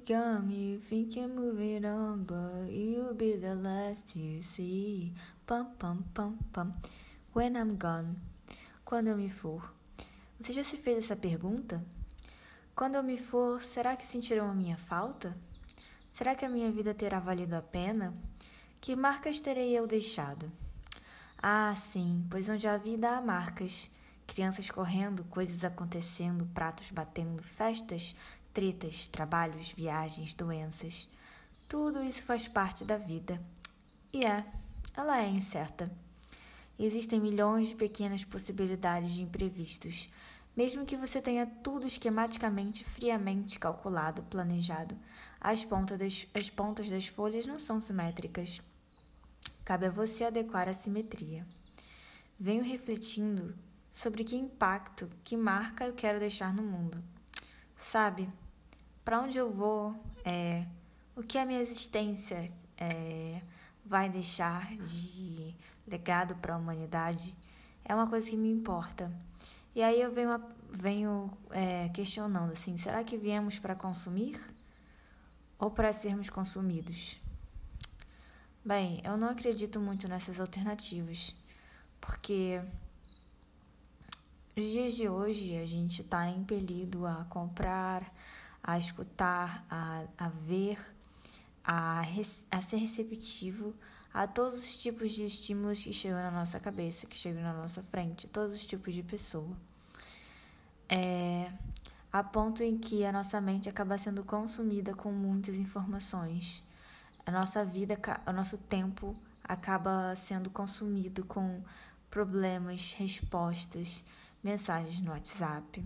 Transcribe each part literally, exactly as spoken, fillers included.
gum, you think you're moving on, but you'll be the last to see. Pam, pam, pam, pam. When I'm gone. Quando eu me for. Você já se fez essa pergunta? Quando eu me for, será que sentirão a minha falta? Será que a minha vida terá valido a pena? Que marcas terei eu deixado? Ah, sim, pois onde há vida há marcas. Crianças correndo, coisas acontecendo, pratos batendo, festas, tretas, trabalhos, viagens, doenças. Tudo isso faz parte da vida. E é, ela é incerta. Existem milhões de pequenas possibilidades de imprevistos, mesmo que você tenha tudo esquematicamente, friamente calculado, planejado. As pontas das, as pontas das folhas não são simétricas. Cabe a você adequar a simetria. Venho refletindo sobre que impacto, que marca eu quero deixar no mundo. Sabe, para onde eu vou, é, o que a minha existência é, vai deixar de legado para a humanidade, é uma coisa que me importa. E aí eu venho, venho é, questionando assim, será que viemos para consumir ou para sermos consumidos? Bem, eu não acredito muito nessas alternativas, porque nos dias de hoje a gente está impelido a comprar, a escutar, a, a ver, a, a ser receptivo a todos os tipos de estímulos que chegam na nossa cabeça, que chegam na nossa frente, todos os tipos de pessoa. É, a ponto em que a nossa mente acaba sendo consumida com muitas informações. A nossa vida, o nosso tempo acaba sendo consumido com problemas, respostas, mensagens no WhatsApp.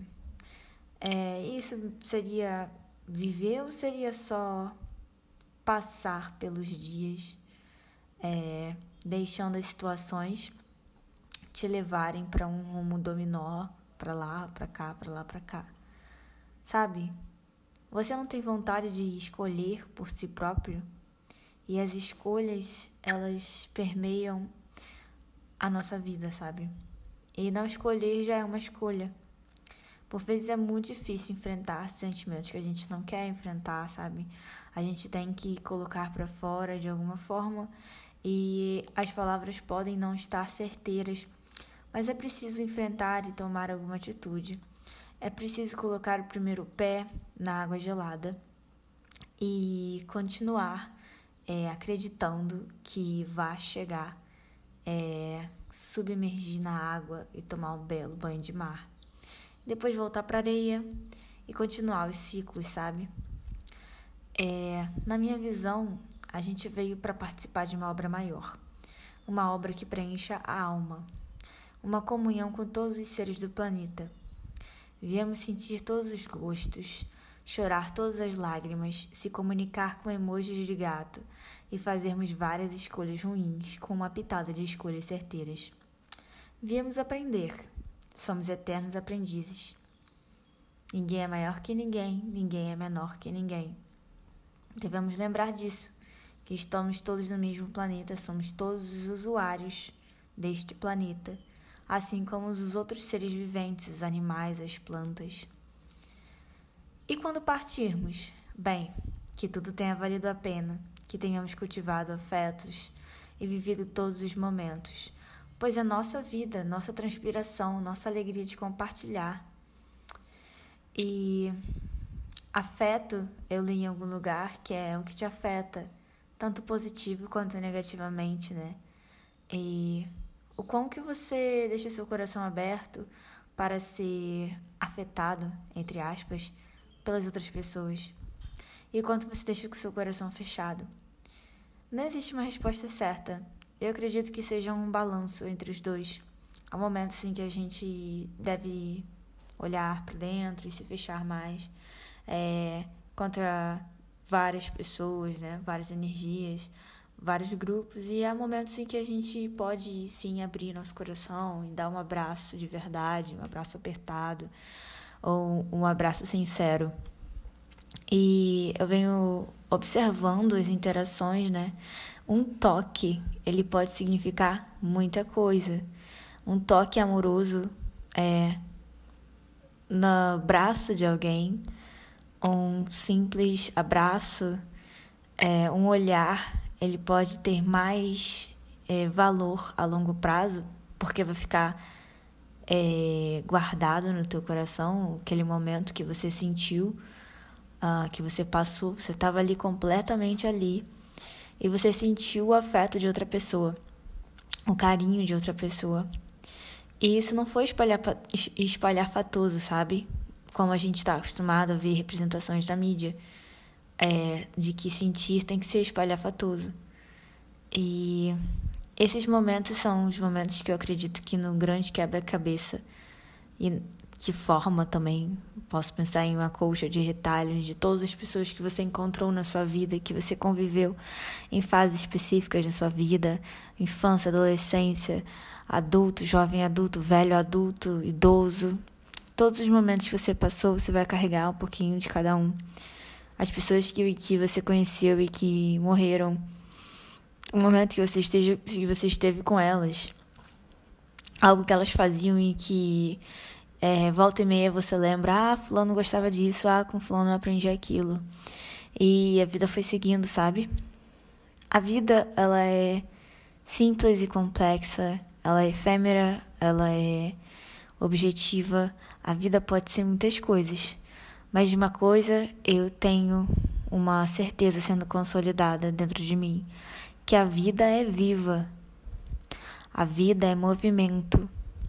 É, isso seria viver ou seria só passar pelos dias, é, deixando as situações te levarem para um rumo dominó, para lá, para cá, para lá, para cá? Sabe? Você não tem vontade de escolher por si próprio? E as escolhas, elas permeiam a nossa vida, sabe? E não escolher já é uma escolha. Por vezes é muito difícil enfrentar sentimentos que a gente não quer enfrentar, sabe? A gente tem que colocar para fora de alguma forma e as palavras podem não estar certeiras, mas é preciso enfrentar e tomar alguma atitude. É preciso colocar o primeiro pé na água gelada e continuar é, acreditando que vai chegar, é, submergir na água e tomar um belo banho de mar. Depois voltar para a areia e continuar os ciclos, sabe? É, na minha visão, a gente veio para participar de uma obra maior. Uma obra que preencha a alma. Uma comunhão com todos os seres do planeta. Viemos sentir todos os gostos, chorar todas as lágrimas, se comunicar com emojis de gato e fazermos várias escolhas ruins com uma pitada de escolhas certeiras. Viemos aprender. Somos eternos aprendizes. Ninguém é maior que ninguém, ninguém é menor que ninguém. Devemos lembrar disso, que estamos todos no mesmo planeta, somos todos os usuários deste planeta, assim como os outros seres viventes, os animais, as plantas. E quando partirmos? Bem, que tudo tenha valido a pena, que tenhamos cultivado afetos e vivido todos os momentos, pois é nossa vida, nossa transpiração, nossa alegria de compartilhar. E afeto, eu li em algum lugar, que é o que te afeta, tanto positivo quanto negativamente, né? E o quão que você deixa seu coração aberto para ser afetado, entre aspas, pelas outras pessoas. E o quanto você deixa com seu coração fechado. Não existe uma resposta certa. Eu acredito que seja um balanço entre os dois. Há momentos em que a gente deve olhar para dentro e se fechar mais é, contra várias pessoas, né? Várias energias, vários grupos. E há momentos em que a gente pode sim abrir nosso coração e dar um abraço de verdade, um abraço apertado ou um abraço sincero. E eu venho observando as interações, né? Um toque, ele pode significar muita coisa. Um toque amoroso é, no braço de alguém, um simples abraço, é, um olhar, ele pode ter mais é, valor a longo prazo, porque vai ficar é, guardado no teu coração aquele momento que você sentiu, uh, que você passou, você estava ali completamente ali, e você sentiu o afeto de outra pessoa, o carinho de outra pessoa. E isso não foi espalhar, espalhafatoso, sabe? Como a gente está acostumado a ver representações da mídia, é, de que sentir tem que ser espalhafatoso. E esses momentos são os momentos que eu acredito que no grande quebra-cabeça, e que forma também, posso pensar em uma colcha de retalhos de todas as pessoas que você encontrou na sua vida, que você conviveu em fases específicas da sua vida, infância, adolescência, adulto, jovem adulto, velho adulto, idoso. Todos os momentos que você passou, você vai carregar um pouquinho de cada um. As pessoas que, que você conheceu e que morreram, o momento que você, esteja, que você esteve com elas, algo que elas faziam e que é, volta e meia você lembra, ah, fulano gostava disso, ah, com fulano eu aprendi aquilo. E a vida foi seguindo, sabe? A vida, ela é simples e complexa, ela é efêmera, ela é objetiva. A vida pode ser muitas coisas, mas de uma coisa eu tenho uma certeza sendo consolidada dentro de mim, que a vida é viva, a vida é movimento,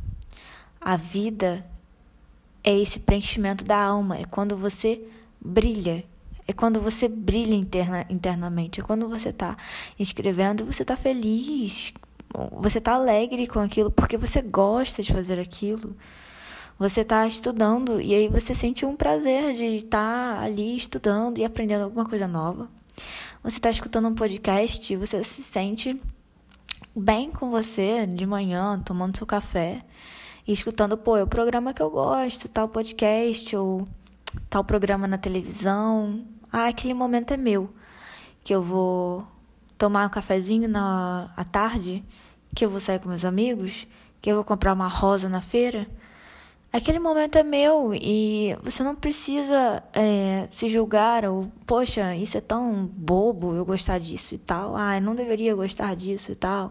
a vida é esse preenchimento da alma, é quando você brilha, é quando você brilha interna, internamente, é quando você está escrevendo, você está feliz, você está alegre com aquilo, porque você gosta de fazer aquilo. Você está estudando e aí você sente um prazer de estar ali estudando e aprendendo alguma coisa nova. Você está escutando um podcast e você se sente bem com você de manhã, tomando seu café e escutando, pô, é o programa que eu gosto, tal podcast ou tal programa na televisão. Ah, aquele momento é meu, que eu vou tomar um cafezinho na, à tarde, que eu vou sair com meus amigos, que eu vou comprar uma rosa na feira. Aquele momento é meu e você não precisa é, se julgar ou, poxa, isso é tão bobo eu gostar disso e tal. Ah, eu não deveria gostar disso e tal.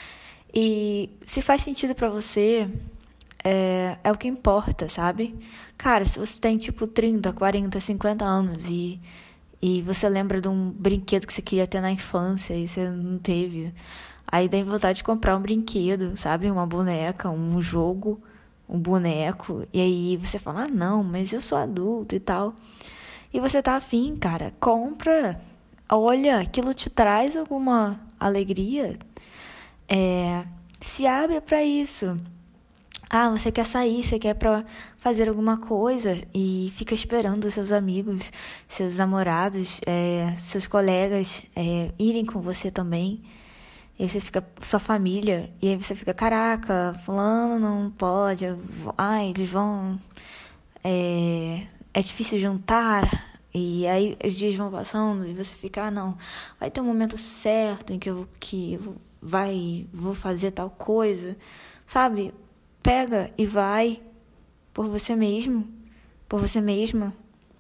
E se faz sentido pra você, é, é o que importa, sabe? Cara, se você tem tipo trinta, quarenta, cinquenta anos e, e você lembra de um brinquedo que você queria ter na infância e você não teve, aí dá vontade de comprar um brinquedo, sabe? Uma boneca, um jogo, um boneco, e aí você fala, ah, não, mas eu sou adulto e tal. E você tá afim, cara, compra. Olha, aquilo te traz alguma alegria. É, se abre pra isso. Ah, você quer sair, você quer pra fazer alguma coisa e fica esperando seus amigos, seus namorados, é, seus colegas é, irem com você também. E aí você fica, sua família, e aí você fica, caraca, fulano não pode, ai, eles vão, é, é difícil juntar, e aí os dias vão passando, e você fica, ah, não, vai ter um momento certo em que eu, que eu vai, vou fazer tal coisa, sabe? Pega e vai por você mesmo, por você mesma,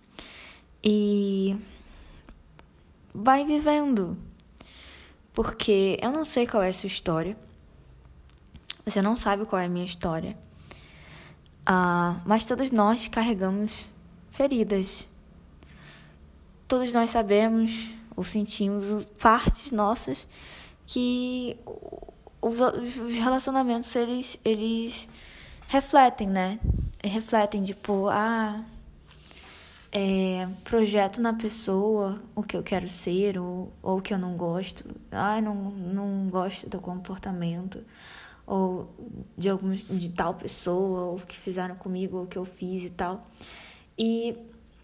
e vai vivendo. Porque eu não sei qual é a sua história. Você não sabe qual é a minha história. Ah, mas todos nós carregamos feridas. Todos nós sabemos ou sentimos partes nossas que os, os relacionamentos, eles, eles refletem, né? Refletem, tipo, ah... É, projeto na pessoa o que eu quero ser ou, ou o que eu não gosto. Ai, não, não gosto do comportamento ou de, algum, de tal pessoa, ou o que fizeram comigo, ou o que eu fiz e tal. E,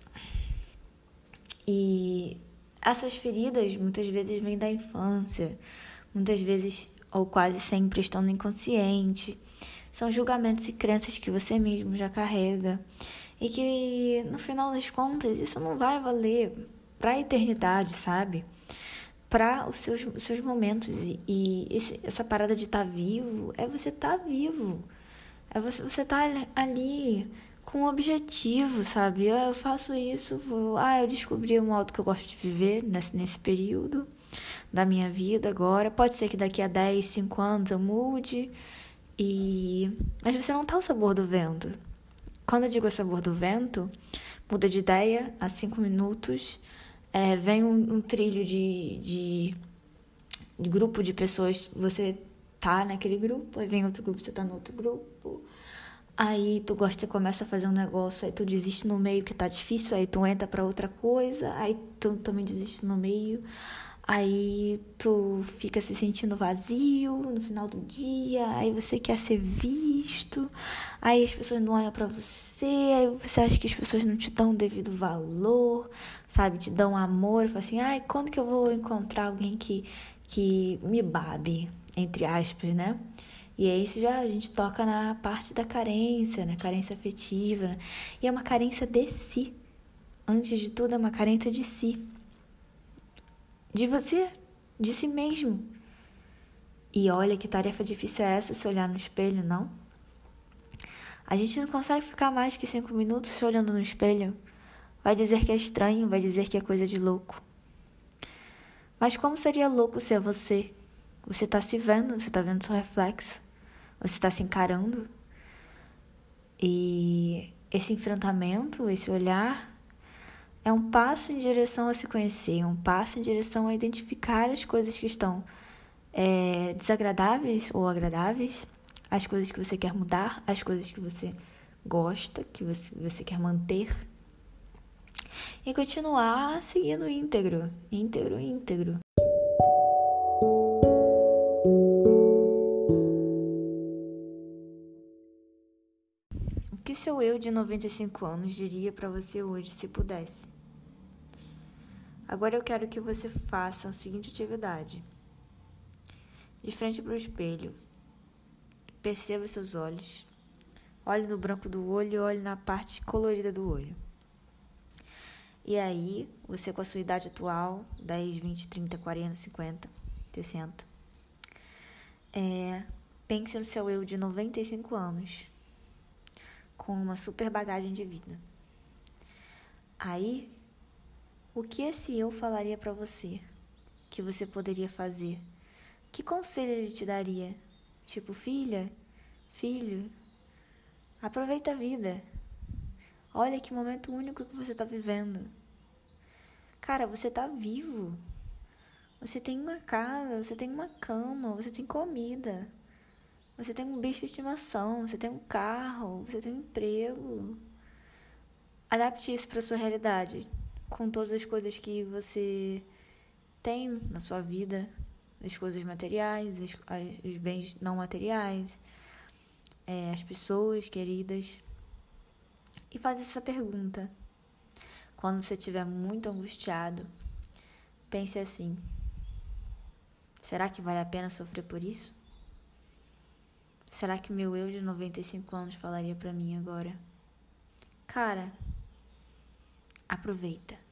e essas feridas muitas vezes vêm da infância, muitas vezes ou quase sempre estão no inconsciente. São julgamentos e crenças que você mesmo já carrega. E que, no final das contas, isso não vai valer para a eternidade, sabe? Para os seus, os seus momentos. E, e esse, essa parada de estar tá vivo é você estar tá vivo. É você estar você tá ali com um objetivo, sabe? Ah, eu faço isso, vou... ah, eu descobri um modo que eu gosto de viver nesse, nesse período da minha vida agora. Pode ser que daqui a dez, cinco anos eu mude, e... mas você não tá ao sabor do vento. Quando eu digo ao sabor do vento, muda de ideia, a cinco minutos, é, vem um, um trilho de, de, de grupo de pessoas, você tá naquele grupo, aí vem outro grupo, você tá no outro grupo. Aí tu gosta, começa a fazer um negócio, aí tu desiste no meio que tá difícil, aí tu entra pra outra coisa, aí tu também desiste no meio, aí tu fica se sentindo vazio no final do dia, aí você quer ser visto, aí as pessoas não olham pra você, aí você acha que as pessoas não te dão o devido valor, sabe, te dão amor, e fala assim, ai, quando que eu vou encontrar alguém que, que me babe, entre aspas, né? E aí isso já a gente toca na parte da carência, né? Carência afetiva, né? E é uma carência de si. Antes de tudo, é uma carência de si. De você, de si mesmo. E olha que tarefa difícil é essa, se olhar no espelho, não? A gente não consegue ficar mais que cinco minutos se olhando no espelho. Vai dizer que é estranho, vai dizer que é coisa de louco. Mas como seria louco ser você? Você tá se vendo, você tá vendo seu reflexo. Você está se encarando, e esse enfrentamento, esse olhar, é um passo em direção a se conhecer, um passo em direção a identificar as coisas que estão é, desagradáveis ou agradáveis, as coisas que você quer mudar, as coisas que você gosta, que você, você quer manter, e continuar seguindo íntegro, íntegro, íntegro. O que seu eu de noventa e cinco anos diria para você hoje se pudesse? Agora eu quero que você faça a seguinte atividade. De frente para o espelho, perceba seus olhos. Olhe no branco do olho e olhe na parte colorida do olho. E aí, você com a sua idade atual, dez, vinte, trinta, quarenta, cinquenta, sessenta, é, pense no seu eu de noventa e cinco anos. Com uma super bagagem de vida. Aí, o que esse eu falaria pra você? Que você poderia fazer? Que conselho ele te daria? Tipo, filha, filho, aproveita a vida. Olha que momento único que você tá vivendo. Cara, você tá vivo. Você tem uma casa, você tem uma cama, você tem comida. Você tem um bicho de estimação, você tem um carro, você tem um emprego. Adapte isso para sua realidade, com todas as coisas que você tem na sua vida, as coisas materiais, os, os bens não materiais, é, as pessoas queridas. E faz essa pergunta. Quando você estiver muito angustiado, pense assim: será que vale a pena sofrer por isso? Será que meu eu de noventa e cinco anos falaria pra mim agora? Cara, aproveita.